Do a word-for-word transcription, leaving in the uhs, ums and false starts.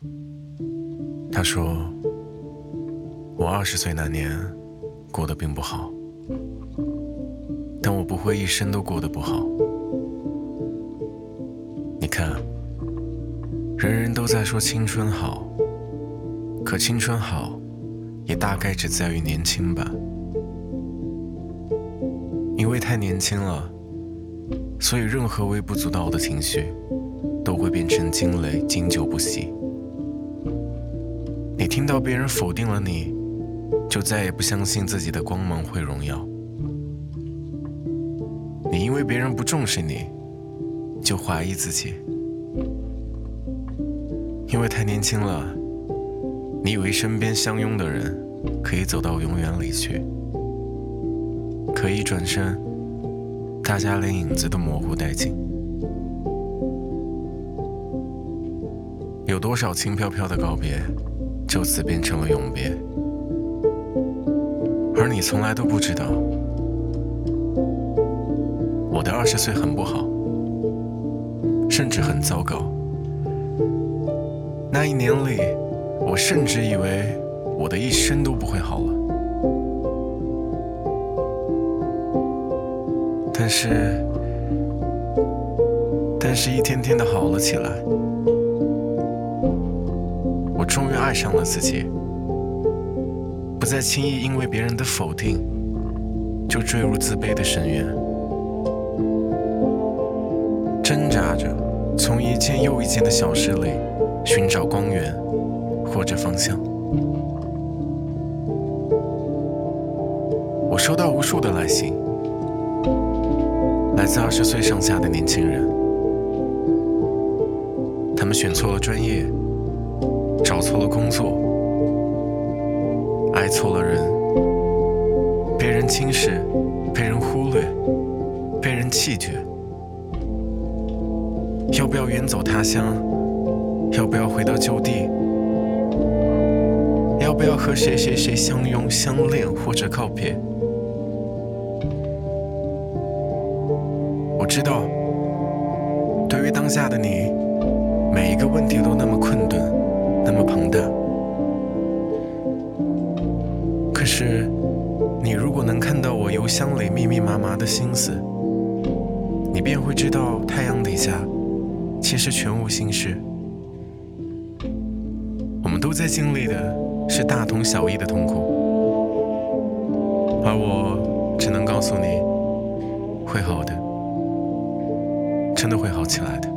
他说，我二十岁那年过得并不好，但我不会一生都过得不好。你看，人人都在说青春好，可青春好也大概只在于年轻吧。因为太年轻了，所以任何微不足道的情绪都会变成惊雷，经久不息。你听到别人否定了你，就再也不相信自己的光芒会荣耀。你因为别人不重视你，就怀疑自己。因为太年轻了，你以为身边相拥的人可以走到永远里去，可一转身，大家连影子都模糊殆尽。有多少轻飘飘的告别就此变成了永别，而你从来都不知道，我的二十岁很不好，甚至很糟糕。那一年里，我甚至以为我的一生都不会好了。但是，但是一天天的好了起来。我终于爱上了自己，不再轻易因为别人的否定就坠入自卑的深渊，挣扎着从一件又一件的小事里寻找光源或者方向。我收到无数的来信，来自二十岁上下的年轻人，他们选错了专业，找错了工作，爱错了人，被人轻视，被人忽略，被人弃绝。要不要远走他乡？要不要回到旧地？要不要和谁谁谁相拥相恋或者告别？我知道，对于当下的你，每一个问题都那么困顿，那么庞大。可是，你如果能看到我邮箱里密密麻麻的心思，你便会知道太阳底下其实全无心事。我们都在经历的是大同小异的痛苦，而我只能告诉你，会好的，真的会好起来的。